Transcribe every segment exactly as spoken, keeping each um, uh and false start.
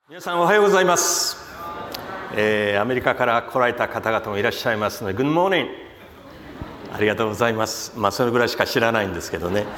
皆さんおはようございます、えー、アメリカから来られた方々もいらっしゃいますので Good morning ありがとうございます。まあそれぐらいしか知らないんですけどね、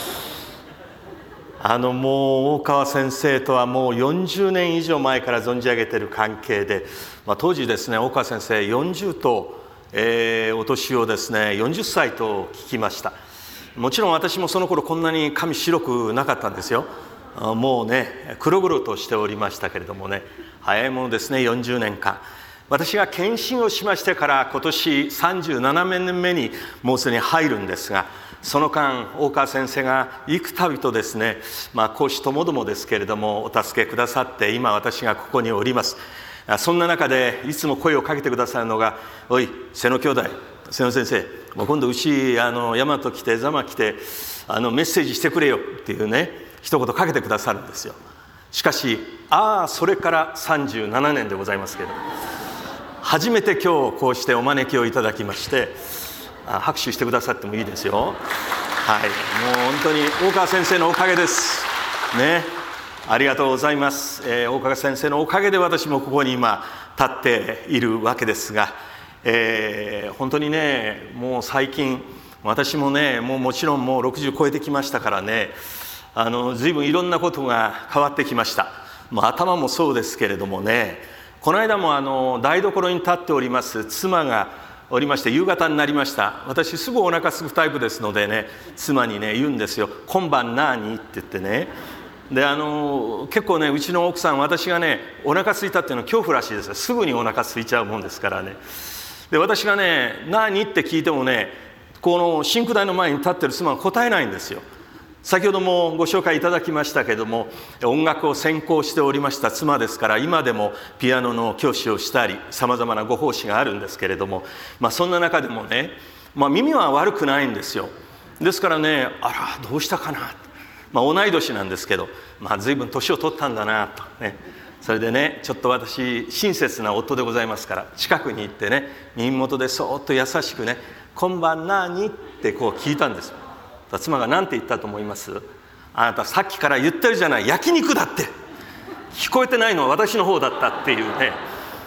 あのもう大川先生とはもうよんじゅうねん以上前から存じ上げている関係で、まあ、当時ですね大川先生よんじゅうと、えー、お年をですねよんじゅっさいと聞きました。もちろん私もその頃こんなに髪白くなかったんですよ。もうね黒々としておりましたけれどもね、早いものですねよんじゅうねんかん、私が献身をしましてから今年さんじゅうななねんめにもうすでに入るんですが、その間大川先生が幾度とですね、まあ講師ともどもですけれどもお助けくださって今私がここにおります。そんな中でいつも声をかけてくださるのが、おい瀬野兄弟、瀬野先生、もう今度うちあの大和来て座間来てあのメッセージしてくれよっていうね一言かけてくださるんですよ。しかしああそれからさんじゅうななねんでございますけど、初めて今日こうしてお招きをいただきまして、あ拍手してくださってもいいですよ。はい、もう本当に大川先生のおかげですね。ありがとうございます、えー、大川先生のおかげで私もここに今立っているわけですが、えー、本当にねもう最近私もねもうもちろんもうろくじゅう超えてきましたからね、あの随分いろんなことが変わってきました。まあ、頭もそうですけれどもね、この間もあの台所に立っております妻がおりまして、夕方になりました。私すぐお腹すくタイプですのでね、妻にね言うんですよ、今晩何って言ってね。であの結構ねうちの奥さん、私がねお腹空いたっていうのは恐怖らしいですよ。すぐにお腹空いちゃうもんですからね。で私がね何って聞いてもね、このシンク台の前に立ってる妻は答えないんですよ。先ほどもご紹介いただきましたけれども、音楽を専攻しておりました妻ですから、今でもピアノの教師をしたりさまざまなご奉仕があるんですけれども、まあ、そんな中でもね、まあ、耳は悪くないんですよ。ですからね、あらどうしたかな、まあ、同い年なんですけど、まあ、随分年を取ったんだなとね。それでねちょっと私親切な夫でございますから、近くに行ってね耳元でそーっと優しくね、今晩何ってこう聞いたんです。妻が何て言ったと思います？あなたさっきから言ってるじゃない、焼肉だって。聞こえてないのは私の方だったっていうね。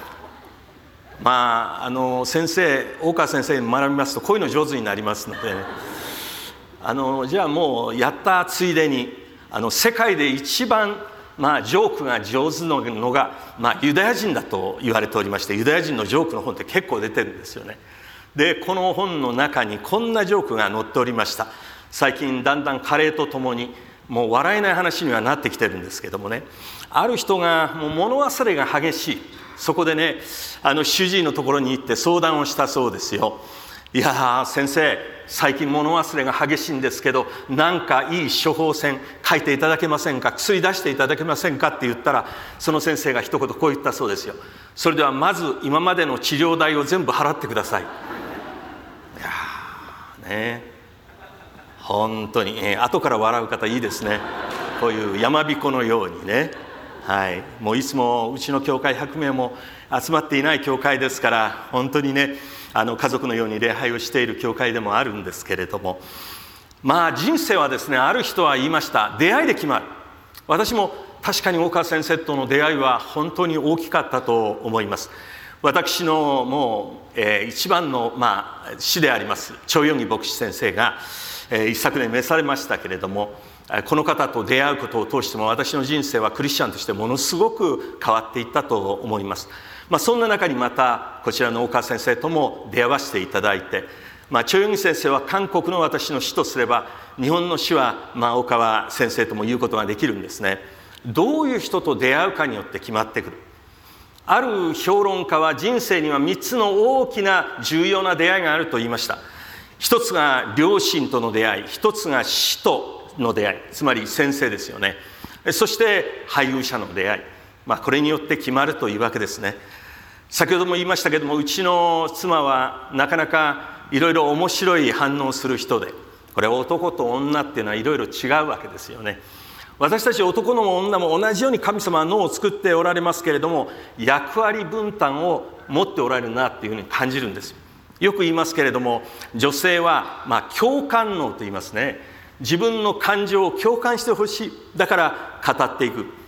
まああの先生、大川先生に学びますとこういうの上手になりますので、ね、あのじゃあもうやったついでに、あの世界で一番まあジョークが上手なのが、まあ、ユダヤ人だと言われておりまして、ユダヤ人のジョークの本って結構出てるんですよね。でこの本の中にこんなジョークが載っておりました。最近だんだん加齢とともにもう笑えない話にはなってきてるんですけどもね、ある人がもう物忘れが激しい。そこでねあの主治医のところに行って相談をしたそうですよ。いや先生、最近物忘れが激しいんですけど、なんかいい処方箋書いていただけませんか、薬出していただけませんかって言ったら、その先生が一言こう言ったそうですよ。それではまず今までの治療代を全部払ってください。いやね本当に、えー、後から笑う方いいですね。こういう山彦のようにね、はい、もういつもうちの教会ひゃくめいも集まっていない教会ですから、本当にねあの家族のように礼拝をしている教会でもあるんですけれども、まあ人生はですね、ある人は言いました、出会いで決まる。私も確かに大川先生との出会いは本当に大きかったと思います。私のもう、えー、一番の、まあ、師であります張ヨギ牧師先生が一昨年召されましたけれども、この方と出会うことを通しても私の人生はクリスチャンとしてものすごく変わっていったと思います。まあ、そんな中にまたこちらの大川先生とも出会わせていただいて、まあ、張ヨギ先生は韓国の私の師とすれば、日本の師は、まあ、大川先生とも言うことができるんですね。どういう人と出会うかによって決まってくる。ある評論家は人生にはみっつの大きな重要な出会いがあると言いました。一つが両親との出会い、一つが師との出会い、つまり先生ですよね。そして配偶者の出会い、まあ、これによって決まるというわけですね。先ほども言いましたけども、うちの妻はなかなかいろいろ面白い反応をする人で、これ男と女っていうのはいろいろ違うわけですよね。私たち男のも女も同じように神様は脳を作っておられますけれども、役割分担を持っておられるなっていうふうに感じるんです。よく言いますけれども、女性はまあ共感脳と言いますね。自分の感情を共感してほしい、だから語っていく。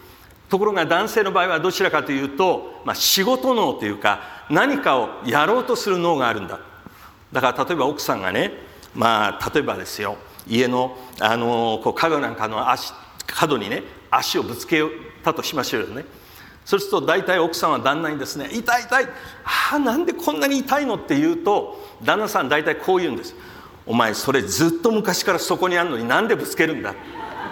ところが男性の場合はどちらかというと、まあ、仕事脳というか何かをやろうとする脳があるんだ。だから例えば奥さんがね、まあ例えばですよ、家のあのこう家具なんかの足角にね足をぶつけたとしましょうよね。そうすると大体奥さんは旦那にですね、痛い痛い、ああなんでこんなに痛いのって言うと、旦那さん大体こう言うんです。お前それずっと昔からそこにあるのになんでぶつけるんだ。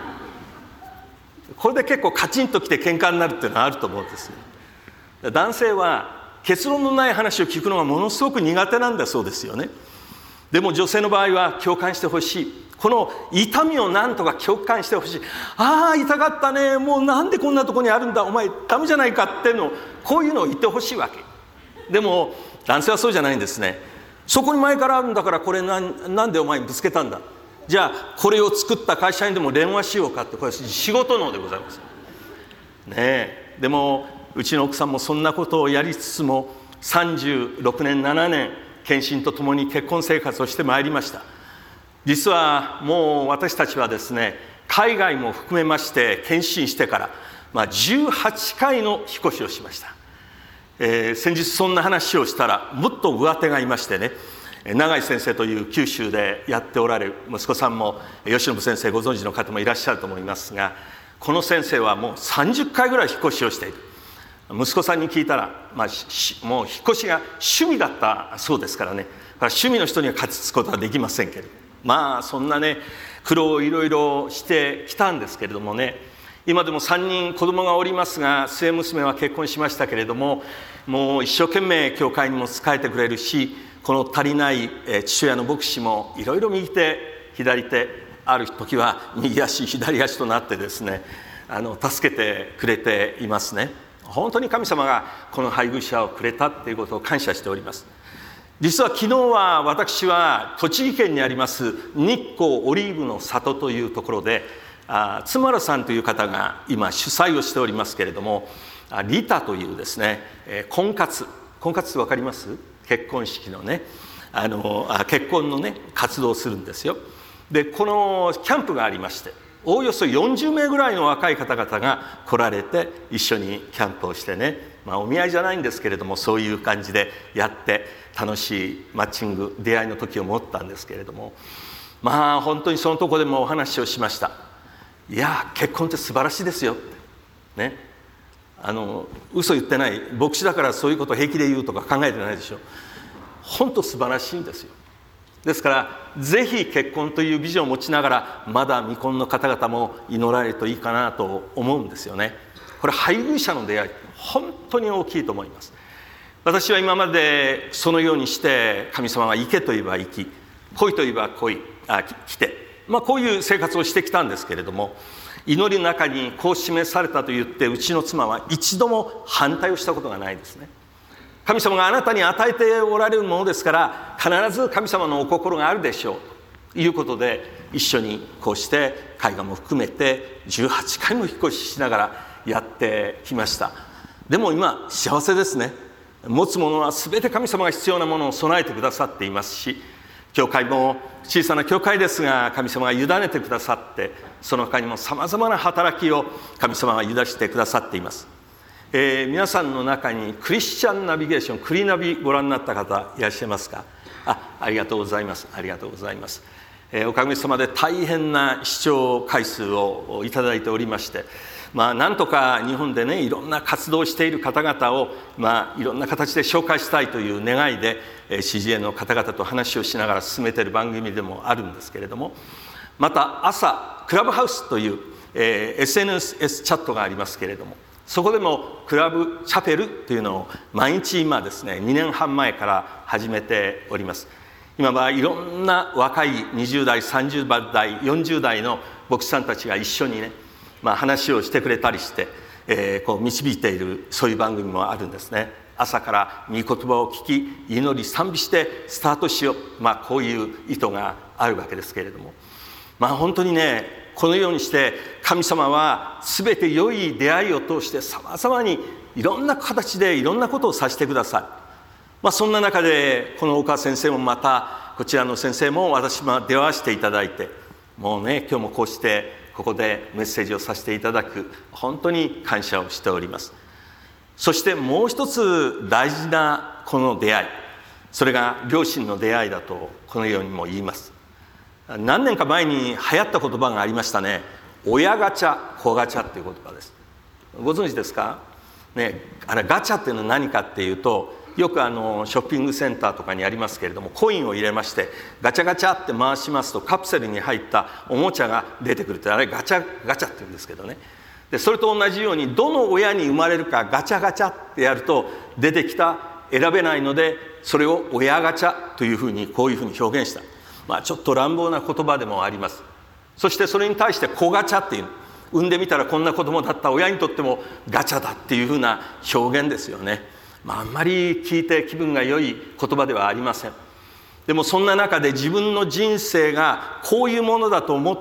これで結構カチンときて喧嘩になるっていうのはあると思うんですよ。男性は結論のない話を聞くのがものすごく苦手なんだそうですよね。でも女性の場合は共感してほしい。この痛みをなんとか共感してほしい。ああ痛かったね、もうなんでこんなとこにあるんだ、お前ダメじゃないかっていうのを、こういうのを言ってほしいわけ。でも男性はそうじゃないんですね。そこに前からあるんだから、これ な, なんでお前ぶつけたんだ、じゃあこれを作った会社にでも電話しようかって、これ仕事能でございますね。えでもうちの奥さんもそんなことをやりつつもさんじゅうろくねんななねん献身とともに結婚生活をしてまいりました。実はもう私たちはですね、海外も含めまして献身してから、まあ、じゅうはちかいの引っ越しをしました。えー、先日そんな話をしたらもっと上手がいましてね、永井先生という九州でやっておられる息子さんも、吉信先生ご存知の方もいらっしゃると思いますが、この先生はもうさんじゅっかいぐらい引っ越しをしている。息子さんに聞いたら、まあ、もう引っ越しが趣味だったそうですからね、趣味の人には勝ちつくことはできませんけれど、まあそんなね苦労をいろいろしてきたんですけれどもね、今でもさんにん子供がおりますが、末娘は結婚しましたけれども、もう一生懸命教会にも仕えてくれるし、この足りない父親の牧師もいろいろ右手左手、ある時は右足左足となってですね、あの助けてくれていますね。本当に神様がこの配偶者をくれたということを感謝しております。実は昨日は私は栃木県にあります日光オリーブの里というところで、あつまらさんという方が今主催をしておりますけれども、リタというですね、えー、婚活婚活って分かります？結婚式のね、あのあ結婚のね活動をするんですよ。でこのキャンプがありまして、おおよそよんじゅうめいぐらいの若い方々が来られて一緒にキャンプをしてね、まあ、お見合いじゃないんですけれども、そういう感じでやって楽しいマッチング出会いの時を持ったんですけれども、まあ本当にそのとこでもお話をしました。いや結婚って素晴らしいですよってね、あの嘘言ってない、牧師だからそういうことを平気で言うとか考えてないでしょ。本当素晴らしいんですよ。ですからぜひ結婚というビジョンを持ちながら、まだ未婚の方々も祈られるといいかなと思うんですよね。これ配偶者の出会い、本当に大きいと思います。私は今までそのようにして神様が行けと言えば行き、来いと言えば来い、あ来て、まあ、こういう生活をしてきたんですけれども、祈りの中にこう示されたと言って、うちの妻は一度も反対をしたことがないですね。神様があなたに与えておられるものですから、必ず神様のお心があるでしょうということで、一緒にこうして絵画も含めてじゅうはちかいも引っ越ししながらやってきました。でも今幸せですね。持つものは全て神様が必要なものを備えてくださっていますし、教会も小さな教会ですが神様が委ねてくださって、その他にもさまざまな働きを神様が委ねてくださっています。えー、皆さんの中にクリスチャンナビゲーション、クリナビご覧になった方いらっしゃいますか？あ、ありがとうございます。ありがとうございます。えー、おかげさまで大変な視聴回数をいただいておりまして、まあ、なんとか日本でねいろんな活動をしている方々を、まあ、いろんな形で紹介したいという願いで、えー、シージーエー の方々と話をしながら進めている番組でもあるんですけれども、また朝クラブハウスという、えー、エスエヌエス チャットがありますけれども、そこでもクラブチャペルというのを毎日今ですねにねんはんまえから始めております。今はいろんな若いにじゅうだいさんじゅうだいよんじゅうだいの牧師さんたちが一緒にね、まあ、話をしてくれたりして、えー、こう導いている、そういう番組もあるんですね。朝から御言葉を聞き、祈り賛美してスタートしよう、まあ、こういう意図があるわけですけれども、まあ本当にねこのようにして神様は全て良い出会いを通してさまざまにいろんな形でいろんなことをさせてください。まあ、そんな中でこの大川先生もまたこちらの先生も私も出会わせていただいて、もうね今日もこうしてここでメッセージをさせていただく、本当に感謝をしております。そしてもう一つ大事なこの出会い、それが両親の出会いだとこのようにも言います。何年か前に流行った言葉がありましたね。親ガチャ子ガチャっていう言葉です。ご存知ですかね。あれガチャっていうのは何かっていうと、よくあのショッピングセンターとかにありますけれども、コインを入れましてガチャガチャって回しますとカプセルに入ったおもちゃが出てくるって、あれガチャガチャって言うんですけどね。でそれと同じように、どの親に生まれるかガチャガチャってやると出てきた選べないので、それを親ガチャというふうにこういうふうに表現した、まあ、ちょっと乱暴な言葉でもあります。そしてそれに対して子ガチャっていう、産んでみたらこんな子供だった、親にとってもガチャだっていうふうな表現ですよね。まあ、あんまり聞いて気分が良い言葉ではありません。でもそんな中で自分の人生がこういうものだと思って、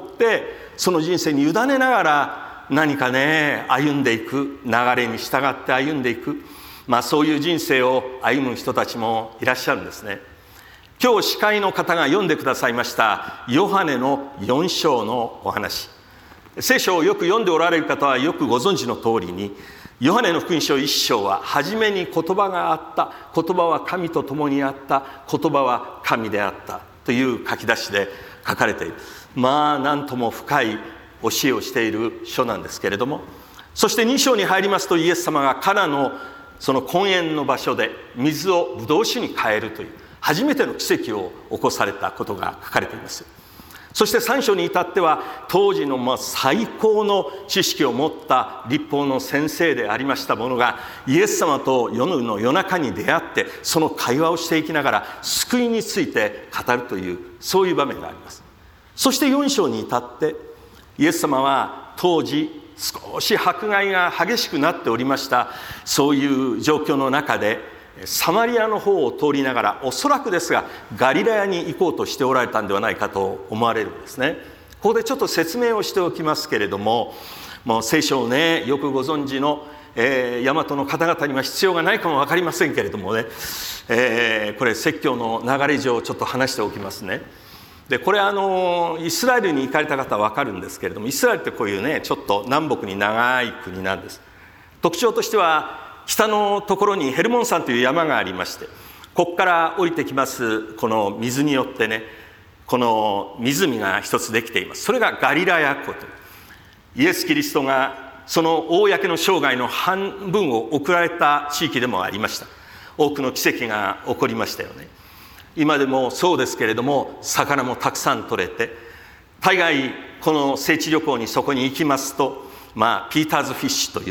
その人生に委ねながら何かね歩んでいく、流れに従って歩んでいく、まあそういう人生を歩む人たちもいらっしゃるんですね。今日司会の方が読んでくださいましたヨハネのよん章のお話、聖書をよく読んでおられる方はよくご存知の通りに、ヨハネの福音書いっ章は、初めに言葉があった、言葉は神と共にあった、言葉は神であったという書き出しで書かれている、まあなんとも深い教えをしている書なんですけれども、そしてに章に入りますと、イエス様がカナのその婚宴の場所で水をブドウ酒に変えるという初めての奇跡を起こされたことが書かれています。そしてさん章に至っては、当時のまあ最高の知識を持った律法の先生でありましたものが、イエス様と夜の夜中に出会って、その会話をしていきながら救いについて語るという、そういう場面があります。そしてよん章に至って、イエス様は当時少し迫害が激しくなっておりました、そういう状況の中でサマリアの方を通りながら、おそらくですがガリラヤに行こうとしておられたんではないかと思われるんですね。ここでちょっと説明をしておきますけれども、もう聖書をねよくご存知の、えー、大和の方々には必要がないかも分かりませんけれどもね、えー、これ説教の流れ上ちょっと話しておきますね。でこれあのイスラエルに行かれた方は分かるんですけれども、イスラエルってこういうねちょっと南北に長い国なんです。特徴としては、北のところにヘルモン山という山がありまして、ここから降りてきますこの水によってね、この湖が一つできています。それがガリラヤ湖と、イエス・キリストがその公の生涯の半分を送られた地域でもありました。多くの奇跡が起こりましたよね。今でもそうですけれども、魚もたくさん取れて、大概この聖地旅行にそこに行きますと、まあピーターズフィッシュといって、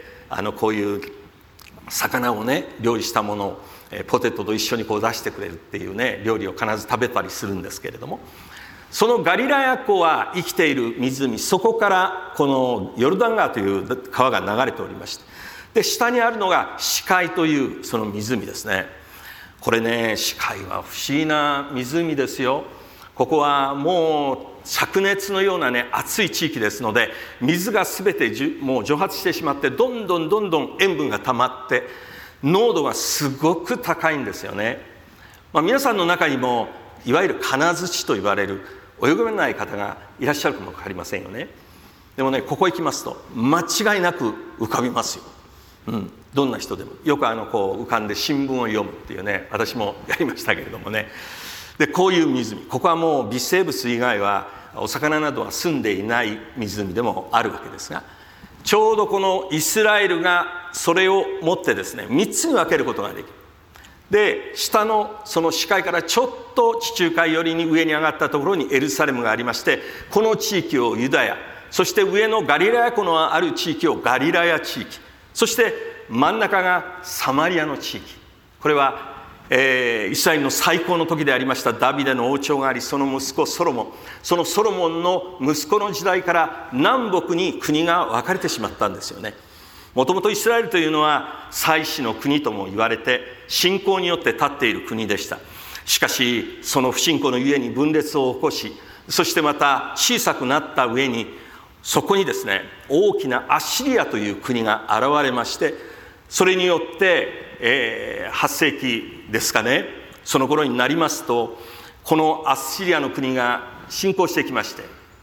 あのこういう魚をね料理したものをポテトと一緒にこう出してくれるっていうね料理を必ず食べたりするんですけれども、そのガリラヤ湖は生きている湖、そこからこのヨルダン川という川が流れておりまして、で下にあるのが死海というその湖ですね。これね、死海は不思議な湖ですよ。ここはもう灼熱のようなね暑い地域ですので、水が全てじゅもう蒸発してしまって、どんどんどんどん塩分が溜まって濃度がすごく高いんですよね。まあ、皆さんの中にもいわゆる金槌と言われる泳げない方がいらっしゃるかも分かりませんよね。でもね、ここ行きますと間違いなく浮かびますよ。うん、どんな人でもよくあのこう浮かんで新聞を読むっていうね、私もやりましたけれどもね。でこういう湖、ここはもう微生物以外はお魚などは住んでいない湖でもあるわけですが、ちょうどこのイスラエルがそれを持ってですね、みっつに分けることができる。で下のその死海からちょっと地中海寄りに上に上がったところにエルサレムがありまして、この地域をユダヤ、そして上のガリラヤ湖のある地域をガリラヤ地域、そして真ん中がサマリアの地域。これはえー、イスラエルの最高の時でありましたダビデの王朝があり、その息子ソロモン、そのソロモンの息子の時代から南北に国が分かれてしまったんですよね。もともとイスラエルというのは祭司の国とも言われて、信仰によって立っている国でした。しかしその不信仰のゆえに分裂を起こし、そしてまた小さくなった上に、そこにですね大きなアッシリアという国が現れまして、それによって、えー、はっ世紀ですかね、その頃になりますと、このアッシリアの国が侵攻してきまして、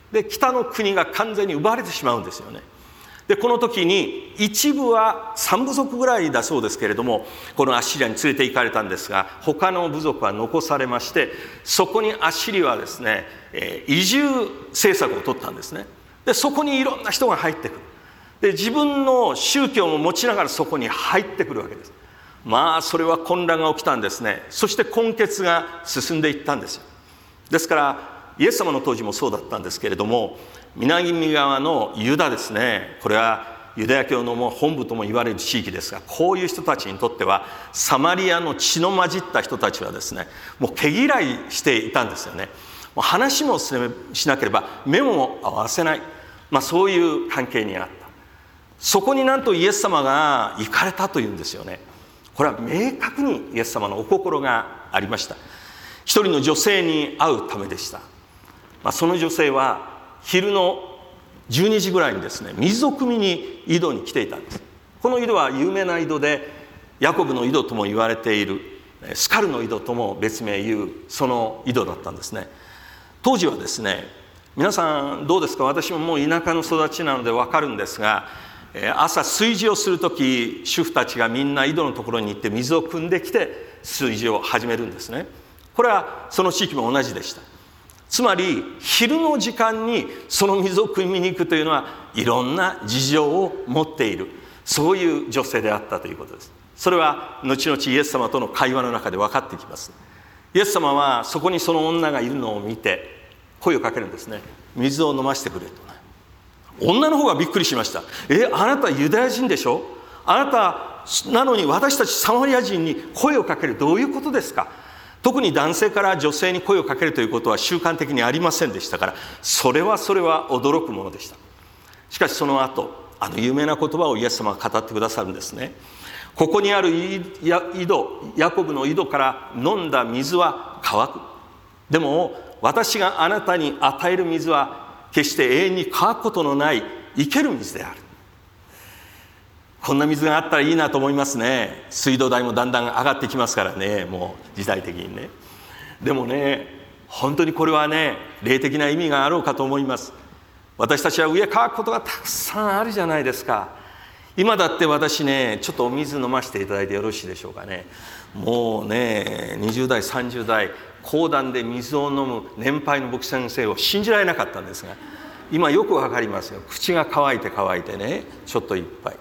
で北の国が完全に奪われてしまうんですよね。でこの時に一部はさん部族ぐらいだそうですけれども、このアッシリアに連れて行かれたんですが、他の部族は残されまして、そこにアッシリアはですね、えー、移住政策を取ったんですね。でそこにいろんな人が入ってくる。で自分の宗教も持ちながらそこに入ってくるわけです。まあそれは混乱が起きたんですね。そして混血が進んでいったんですよ。ですからイエス様の当時もそうだったんですけれども、南側のユダですね、これはユダヤ教のもう本部とも言われる地域ですが、こういう人たちにとってはサマリアの血の混じった人たちはですね、もう毛嫌いしていたんですよね。もう話もしなければ目も合わせない、まあ、そういう関係にあった。そこになんとイエス様が行かれたというんですよね。これは明確にイエス様のお心がありました。一人の女性に会うためでした。まあ、その女性は昼のじゅうにじぐらいにですね、水を汲みに井戸に来ていたんです。この井戸は有名な井戸で、ヤコブの井戸とも言われているスカルの井戸とも別名言うその井戸だったんですね。当時はですね、皆さんどうですか、私ももう田舎の育ちなので分かるんですが、朝炊事をするとき、主婦たちがみんな井戸のところに行って水を汲んできて炊事を始めるんですね。これはその地域も同じでした。つまり昼の時間にその水を汲みに行くというのはいろんな事情を持っている、そういう女性であったということです。それは後々イエス様との会話の中で分かってきます。イエス様はそこにその女がいるのを見て声をかけるんですね。水を飲ませてくれと。女の方がびっくりしました。え、あなたユダヤ人でしょ、あなたなのに私たちサマリア人に声をかける、どういうことですか。特に男性から女性に声をかけるということは習慣的にありませんでしたから、それはそれは驚くものでした。しかしその後、あの有名な言葉をイエス様が語ってくださるんですね。ここにある井戸、ヤコブの井戸から飲んだ水は乾く。でも私があなたに与える水は決して永遠に乾くことのない生ける水である。こんな水があったらいいなと思いますね。水道代もだんだん上がってきますからね、もう時代的にね。でもね、本当にこれはね、霊的な意味があろうかと思います。私たちは上乾くことがたくさんあるじゃないですか。今だって私ね、ちょっとお水飲ませていただいてよろしいでしょうかね。もうね、にじゅう代さんじゅう代講談で水を飲む年配の牧師先生を信じられなかったんですが、今よくわかりますよ。口が乾いて乾いてね、ちょっといっぱい、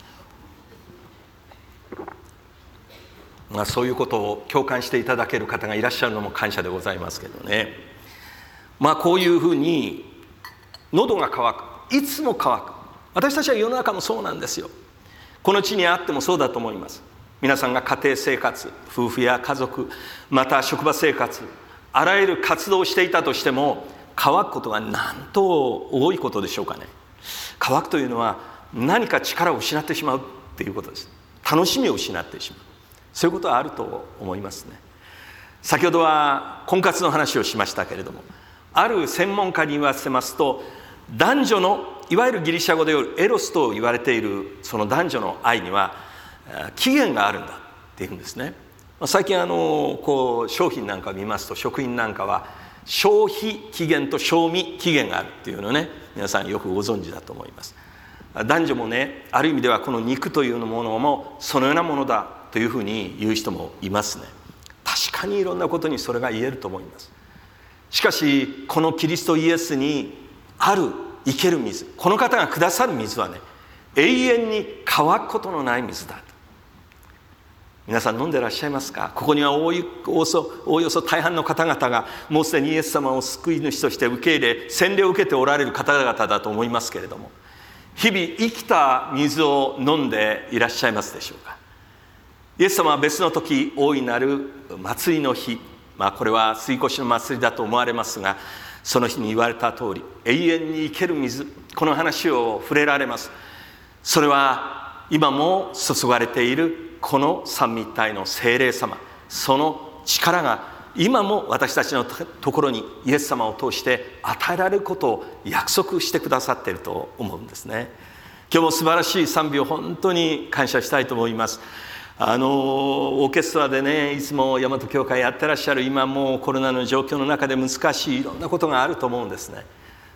まあ、そういうことを共感していただける方がいらっしゃるのも感謝でございますけどね。まあこういうふうに喉が渇く、いつも渇く。私たちは世の中もそうなんですよ。この地にあってもそうだと思います。皆さんが家庭生活、夫婦や家族、また職場生活、あらゆる活動をしていたとしても、乾くことがなんと多いことでしょうかね。乾くというのは何か力を失ってしまうっていうことです。楽しみを失ってしまう、そういうことはあると思いますね。先ほどは婚活の話をしましたけれども、ある専門家に言わせますと、男女のいわゆるギリシャ語でエロスと言われているその男女の愛には期限があるんだっていうんですね。最近あのこう商品なんかを見ますと、食品なんかは消費期限と賞味期限があるっていうのをね、皆さんよくご存知だと思います。男女もね、ある意味ではこの肉というものもそのようなものだというふうに言う人もいますね。確かにいろんなことにそれが言えると思います。しかしこのキリストイエスにある生ける水、この方がくださる水はね、永遠に乾くことのない水だ。皆さん飲んでらっしゃいますか。ここにはおおそおおよそ大半の方々がもうすでにイエス様を救い主として受け入れ洗礼を受けておられる方々だと思いますけれども、日々生きた水を飲んでいらっしゃいますでしょうか。イエス様は別の時、大いなる祭りの日、まあこれは杉越の祭りだと思われますが、その日に言われた通り、永遠に生ける水、この話を触れられます。それは今も注がれているこの三位一体の聖霊様、その力が今も私たちのところにイエス様を通して与えられることを約束してくださっていると思うんですね。今日も素晴らしい賛美を本当に感謝したいと思います。あのオーケストラでね、いつも大和教会やってらっしゃる、今もうコロナの状況の中で難しいいろんなことがあると思うんですね。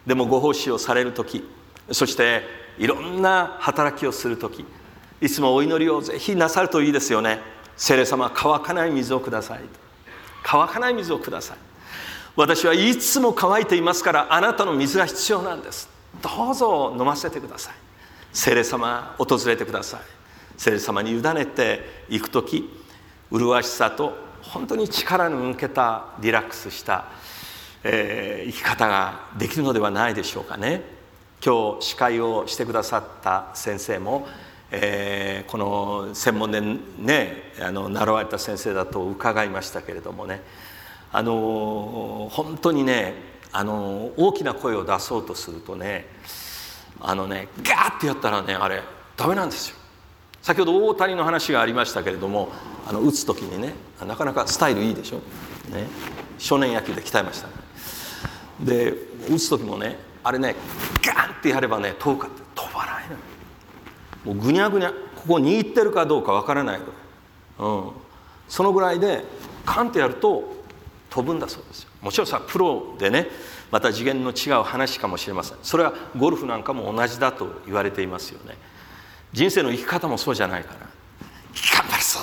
でもご奉仕をされるとき、そしていろんな働きをするとき、いつもお祈りをぜひなさるといいですよね。聖霊様、乾かない水をください。乾かない水をください。私はいつも乾いていますから、あなたの水が必要なんです。どうぞ飲ませてください。聖霊様、訪れてください。聖霊様に委ねていくとき、麗しさと本当に力の抜けたリラックスした、えー、生き方ができるのではないでしょうかね。今日司会をしてくださった先生も、えー、この専門でねあの習われた先生だと伺いましたけれどもね、あの本当にねあの大きな声を出そうとするとねあのねガーってやったらねあれダメなんですよ。先ほど大谷の話がありましたけれども、あの打つ時にねなかなかスタイルいいでしょ、ね、少年野球で鍛えました、ね、で打つ時もねあれねガーンってやればね遠くって飛ばないの。もうぐにゃぐにゃ、ここ握ってるかどうかわからないぐらい、うん、そのぐらいでカンってやると飛ぶんだそうですよ。もちろんさプロでねまた次元の違う話かもしれません。それはゴルフなんかも同じだと言われていますよね。人生の生き方もそうじゃないかな。頑張るぞ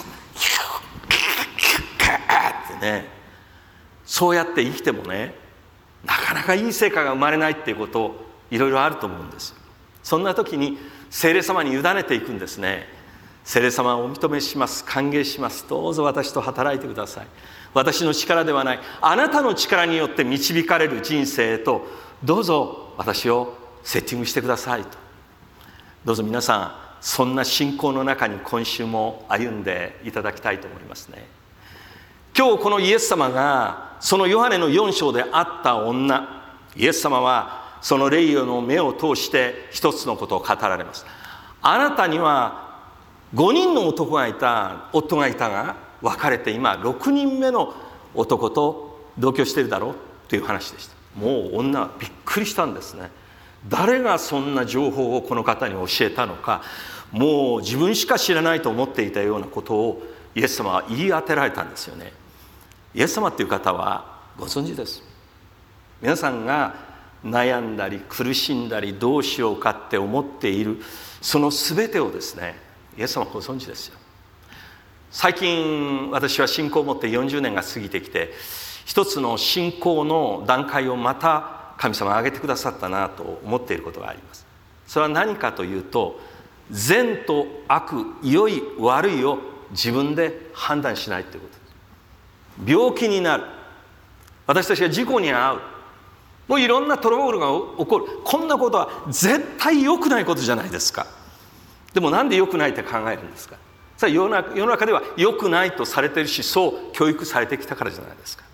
ってね、そうやって生きてもねなかなかいい成果が生まれないっていうこといろいろあると思うんです。そんな時に聖霊様に委ねていくんですね。聖霊様をお認めします、歓迎します。どうぞ私と働いてください。私の力ではないあなたの力によって導かれる人生へとどうぞ私をセッティングしてくださいと。どうぞ皆さんそんな信仰の中に今週も歩んでいただきたいと思いますね。今日このイエス様がそのヨハネのよん章で会った女、イエス様はその霊の目を通して一つのことを語られます。あなたにはごにんの男がいた夫がいたが別れて今ろくにんめの男と同居しているだろうという話でした。もう女はびっくりしたんですね。誰がそんな情報をこの方に教えたのか、もう自分しか知らないと思っていたようなことをイエス様は言い当てられたんですよね。イエス様っていう方はご存知です。皆さんが悩んだり苦しんだりどうしようかって思っているその全てをですねイエス様はご存知ですよ。最近私は信仰を持ってよんじゅうねんが過ぎてきて一つの信仰の段階をまた神様が上げてくださったなと思っていることがあります。それは何かというと善と悪、良い悪いを自分で判断しないということです。病気になる、私たちが事故に遭う、もういろんなトラブルが起こる、こんなことは絶対良くないことじゃないですか。でもなんで良くないって考えるんですか。さあ世の中、世の中では良くないとされているし、そう教育されてきたからじゃないですか。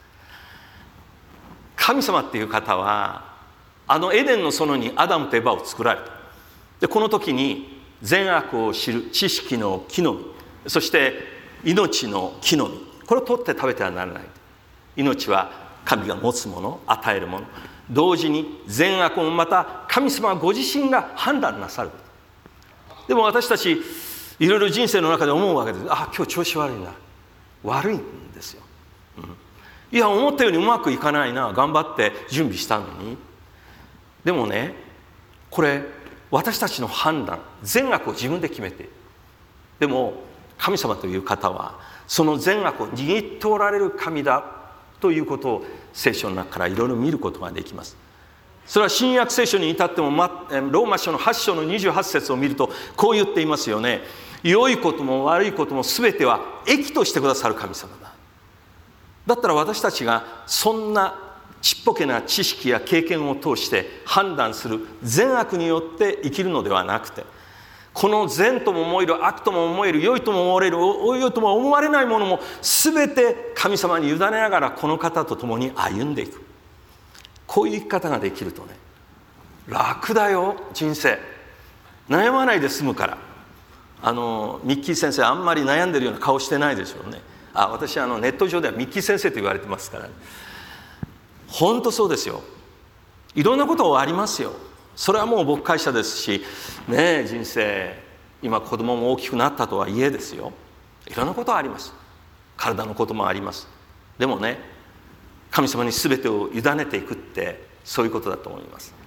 神様っていう方はあのエデンの園にアダムとエバを作られた。でこの時に善悪を知る知識の木の実、そして命の木の実、これを取って食べてはならない。命は神が持つもの、与えるもの、同時に善悪もまた神様ご自身が判断なさる。でも私たちいろいろ人生の中で思うわけです。あ、今日調子悪いな、悪いんですよ、うん、いや思ったようにうまくいかないな、頑張って準備したのに。でもね、これ私たちの判断、善悪を自分で決めている。でも神様という方はその善悪を握っておられる神だということを聖書の中からいろいろ見ることができます。それは新約聖書に至ってもローマ書のはち章のにじゅうはち節を見るとこう言っていますよね。良いことも悪いことも全ては益としてくださる神様だ。だったら私たちがそんなちっぽけな知識や経験を通して判断する善悪によって生きるのではなくて、この善とも思える、悪とも思える、良いとも思われる、良いとも思われないものも全て神様に委ねながらこの方と共に歩んでいく。こういう生き方ができるとね、楽だよ人生。悩まないで済むから。あのミッキー先生あんまり悩んでるような顔してないでしょうね。あ、私あのネット上ではミッキー先生と言われてますから、ね、本当そうですよ。いろんなことありますよ。それはもう牧会者ですしね、人生今子供も大きくなったとはいえですよ、いろんなことあります。体のこともあります。でもね、神様に全てを委ねていくってそういうことだと思います。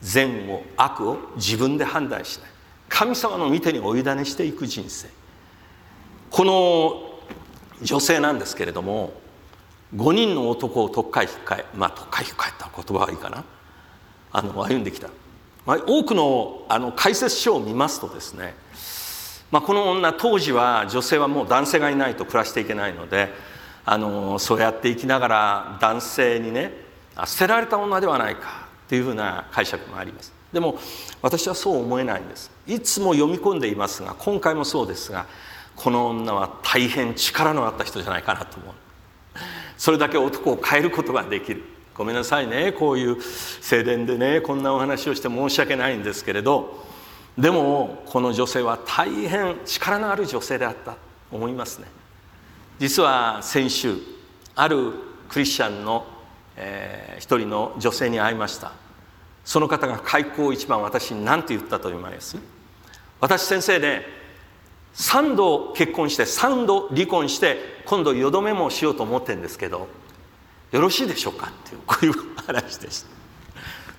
善を悪を自分で判断しない、神様の御手にお委ねしていく人生。この女性なんですけれども、ごにんの男を取っかえ引っかえ、まあ取っかえ引っかえって言葉はいいかな、あの歩んできた。まあ、多くのあの解説書を見ますとですね、まあ、この女、当時は女性はもう男性がいないと暮らしていけないので、あのそうやって生きながら男性にね、捨てられた女ではないかというふうな解釈もあります。でも私はそう思えないんです。いつも読み込んでいますが、今回もそうですが、この女は大変力のあった人じゃないかなと思う。それだけ男を変えることができる。ごめんなさいね、こういう聖殿でねこんなお話をして申し訳ないんですけれど、でもこの女性は大変力のある女性であったと思いますね。実は先週あるクリスチャンの、えー、一人の女性に会いました。その方が開口一番私に何て言ったと言います？私先生ね、さんど結婚してさんど離婚して今度よどめもしようと思ってるんですけど、よろしいでしょうかっていう、こういう話でした。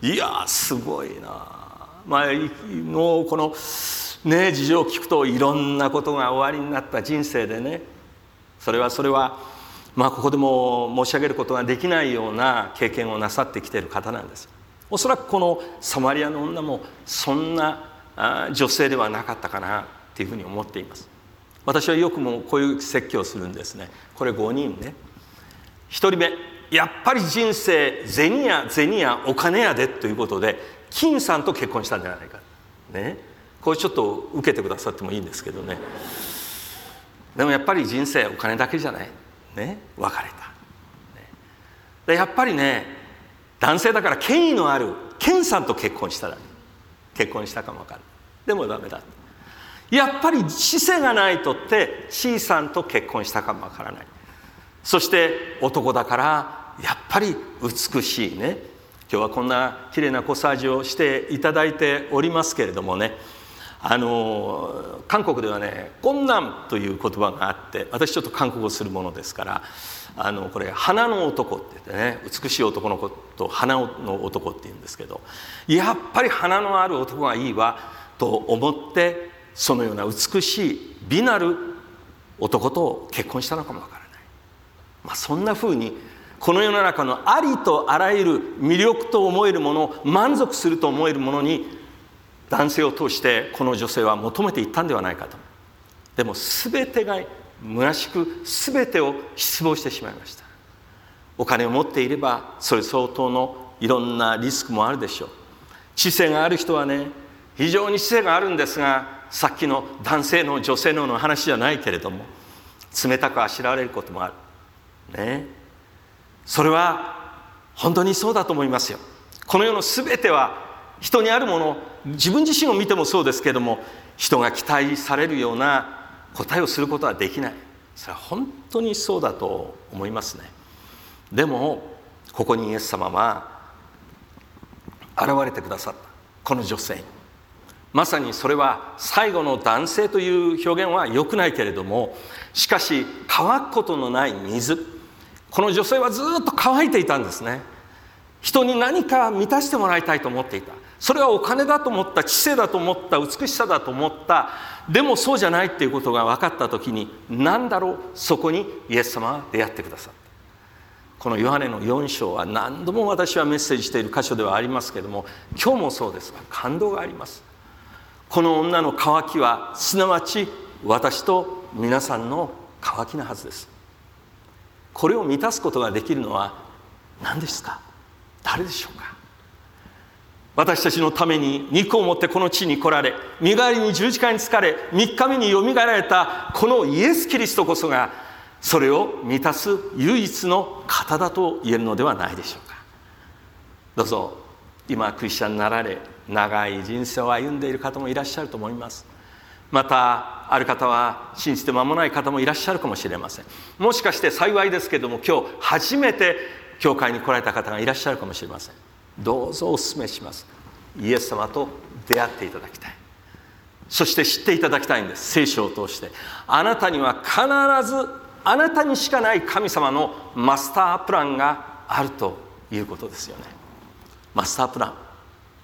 いやすごいな。まあ、もうこのね事情を聞くといろんなことが終わりになった人生でね、それはそれはまあここでも申し上げることができないような経験をなさってきている方なんです。おそらくこのサマリアの女もそんな女性ではなかったかなっていうふうに思っています。私はよくもこういう説教をするんですね。これごにんね。ひとりめ、やっぱり人生銭や銭やお金やでということで金さんと結婚したんじゃないかね。これちょっと受けてくださってもいいんですけどね。でもやっぱり人生お金だけじゃないね、別れた、ね、でやっぱりね、男性だから権威のある健さんと結婚したら結婚したかも分かる。でもダメだ。やっぱり知性がないとってCさんと結婚したかも分からない。そして男だからやっぱり美しいね。今日はこんな綺麗なコサージュをしていただいておりますけれどもね、あの韓国ではねコンナンという言葉があって、私ちょっと韓国語するものですから、あのこれ花の男って言ってね、美しい男の子と花の男って言うんですけど、やっぱり花のある男がいいわと思ってそのような美しい美なる男と結婚したのかもわからない。まあ、そんなふうにこの世の中のありとあらゆる魅力と思えるもの、満足すると思えるものに男性を通してこの女性は求めていったんではないかと。でも全てが虚しく全てを失望してしまいました。お金を持っていればそれ相当のいろんなリスクもあるでしょう。知性がある人はね、非常に知性があるんですが、さっきの男性の女性のの話じゃないけれども冷たくあしらわれることもあるね。それは本当にそうだと思いますよ。この世のすべては人にあるもの、自分自身を見てもそうですけれども、人が期待されるような答えをすることはできない。それは本当にそうだと思いますね。でもここにイエス様は現れてくださった。この女性にまさにそれは最後の男性という表現は良くないけれども、しかし乾くことのない水、この女性はずっと乾いていたんですね。人に何か満たしてもらいたいと思っていた。それはお金だと思った、知性だと思った、美しさだと思った。でもそうじゃないっていうことが分かった時に、何だろう、そこにイエス様は出会ってくださった。このヨハネのよん章は何度も私はメッセージしている箇所ではありますけれども、今日もそうですが感動があります。この女の渇きはすなわち私と皆さんの渇きなはずです。これを満たすことができるのは何ですか？誰でしょうか？私たちのために肉を持ってこの地に来られ、身代わりに十字架につかれ、三日目によみがえられたこのイエス・キリストこそがそれを満たす唯一の方だと言えるのではないでしょうか。どうぞ今クリスチャンになられ、長い人生を歩んでいる方もいらっしゃると思います。またある方は信じて間もない方もいらっしゃるかもしれません。もしかして幸いですけれども、今日初めて教会に来られた方がいらっしゃるかもしれません。どうぞお勧めします。イエス様と出会っていただきたい。そして知っていただきたいんです。聖書を通してあなたには必ずあなたにしかない神様のマスタープランがあるということですよね。マスタープラン、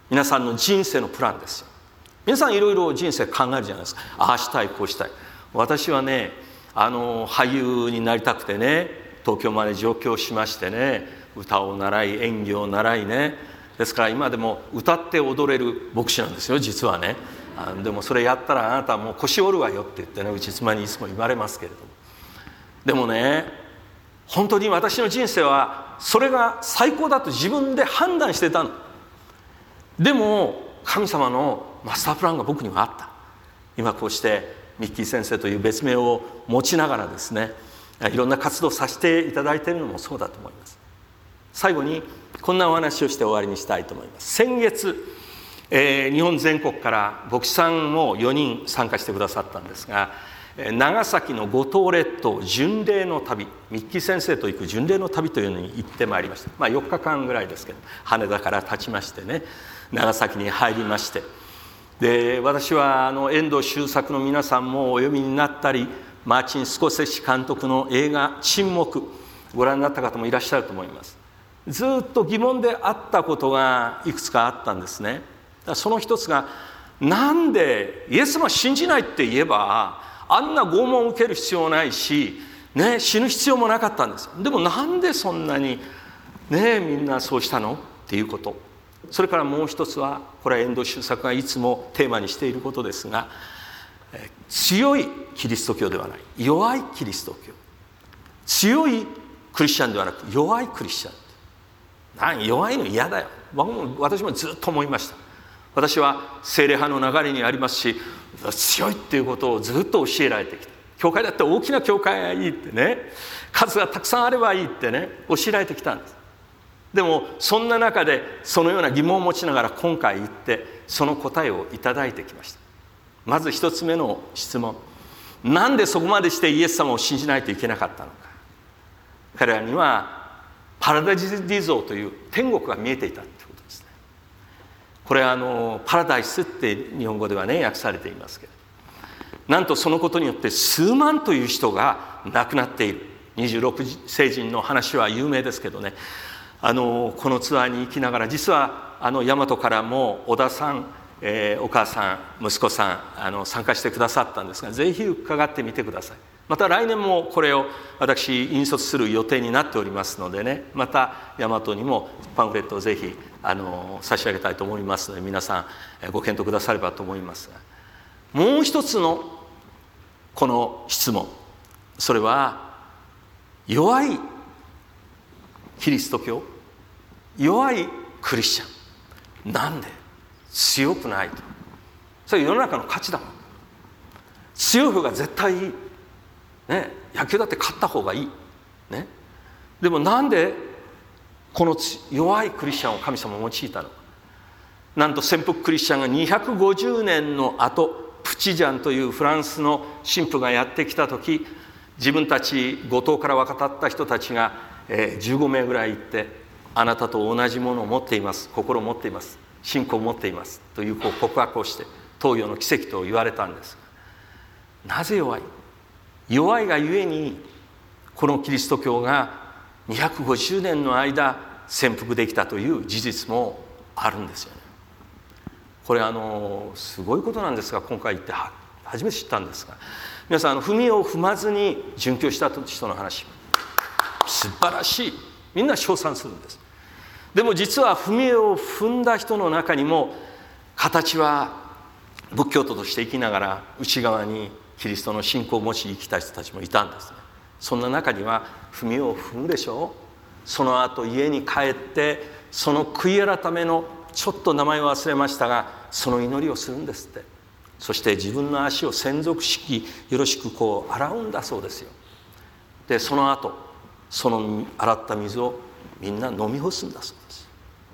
皆さんの人生のプランですよ。皆さんいろいろ人生考えるじゃないですか。ああしたいこうしたい。私はねあの俳優になりたくてね東京まで上京しましてね、歌を習い演技を習いね、ですから今でも歌って踊れる牧師なんですよ実はね。あでもそれやったらあなたはもう腰折るわよって言ってねうち妻にいつも言われますけれども、でもね本当に私の人生はそれが最高だと自分で判断してたの。でも神様のマスタープランが僕にはあった。今こうしてミッキー先生という別名を持ちながらですねいろんな活動をさせていただいているのもそうだと思います。最後にこんなお話をして終わりにしたいと思います。先月、えー、日本全国から牧師さんもよにん参加してくださったんですが、長崎の五島列島巡礼の旅、ミッキー先生と行く巡礼の旅というのに行ってまいりました。まあよっかかんぐらいですけど羽田から立ちましてね長崎に入りまして、で私はあの遠藤周作の皆さんもお読みになったりマーチン・スコセッシ監督の映画沈黙ご覧になった方もいらっしゃると思います。ずっと疑問であったことがいくつかあったんですね。その一つがなんでイエス様を信じないって言えばあんな拷問を受ける必要ないし、ね、死ぬ必要もなかったんです。でもなんでそんなに、ね、みんなそうしたのっていうこと。それからもう一つはこれは遠藤周作がいつもテーマにしていることですが、強いキリスト教ではない弱いキリスト教、強いクリスチャンではなく弱いクリスチャン。なん弱いの嫌だよ。私もずっと思いました。私は聖霊派の流れにありますし強いっていうことをずっと教えられてきた。教会だって大きな教会がいいってね、数がたくさんあればいいってね教えられてきたんです。でもそんな中でそのような疑問を持ちながら今回行ってその答えをいただいてきました。まず一つ目の質問、なんでそこまでしてイエス様を信じないといけなかったのか。彼らにはパラダイスリゾーという天国が見えていたということですね。これはあのパラダイスって日本語ではね訳されていますけど、なんとそのことによって数万という人が亡くなっている。にじゅうろく聖人の話は有名ですけどね、あのこのツアーに行きながら実はあの大和からも小田さん、えー、お母さん息子さんあの参加してくださったんですが、ぜひ伺ってみてください。また来年もこれを私引率する予定になっておりますのでね、また大和にもパンフレットをぜひあの差し上げたいと思いますので皆さんご検討くださればと思いますが、もう一つのこの質問、それは弱いキリスト教、弱いクリスチャン、なんで強くないと。それは世の中の価値だもん。強い方が絶対いい、ね、野球だって勝った方がいい、ね、でもなんでこの弱いクリスチャンを神様を用いたのか。なんと潜伏クリスチャンがにひゃくごじゅうねんの後、プチジャンというフランスの神父がやってきた時、自分たち五島から渡った人たちがじゅうごめいぐらい行って、あなたと同じものを持っています、心を持っています、信仰を持っていますという告白をして東洋の奇跡と言われたんです。なぜ弱い弱いがゆえにこのキリスト教がにひゃくごじゅうねんの間潜伏できたという事実もあるんですよね。これあのすごいことなんですが、今回行って初めて知ったんですが、皆さんあの踏みを踏まずに殉教した人の話、素晴らしい、みんな称賛するんです。でも実は踏み絵を踏んだ人の中にも形は仏教徒として生きながら内側にキリストの信仰を持ち生きた人たちもいたんですね。そんな中には踏み絵を踏むでしょう。その後家に帰ってその悔い改めのちょっと名前を忘れましたがその祈りをするんですって。そして自分の足を洗足式よろしくこう洗うんだそうですよ。でその後その洗った水をみんな飲み干すんだそうです。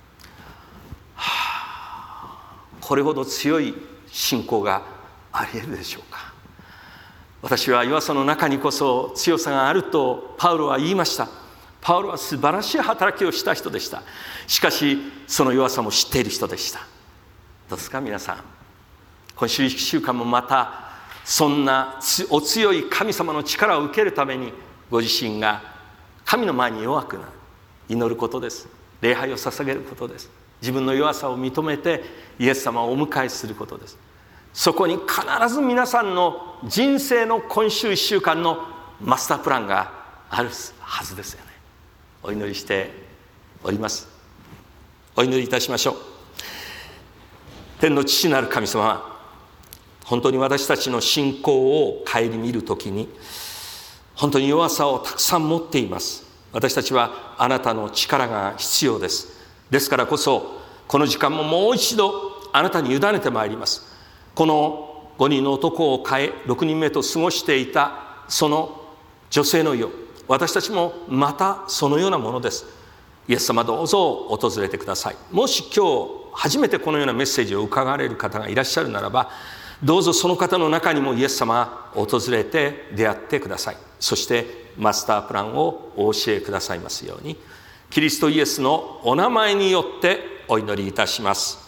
はあ、これほど強い信仰があり得るでしょうか。私は弱さの中にこそ強さがあるとパウロは言いました。パウロは素晴らしい働きをした人でした。しかしその弱さも知っている人でした。どうですか皆さん、今週いっしゅうかんもまたそんなお強い神様の力を受けるためにご自身が神の前に弱くなる、祈ることです。礼拝を捧げることです。 自分の弱さを認めてイエス様をお迎えすることです。そこに必ず皆さんの人生の今週いっしゅうかんのマスタープランがあるはずですよね。お祈りしております。お祈りいたしましょう。天の父なる神様、本当に私たちの信仰を顧みるときに本当に弱さをたくさん持っています。私たちはあなたの力が必要です。ですからこそこの時間ももう一度あなたに委ねてまいります。このごにんの男を変えろくにんめと過ごしていたその女性のよう、私たちもまたそのようなものです。イエス様、どうぞ訪れてください。もし今日初めてこのようなメッセージを伺われる方がいらっしゃるならば、どうぞその方の中にもイエス様訪れて出会ってください。そしてマスタープランをお教えくださいますように、キリストイエスのお名前によってお祈りいたします。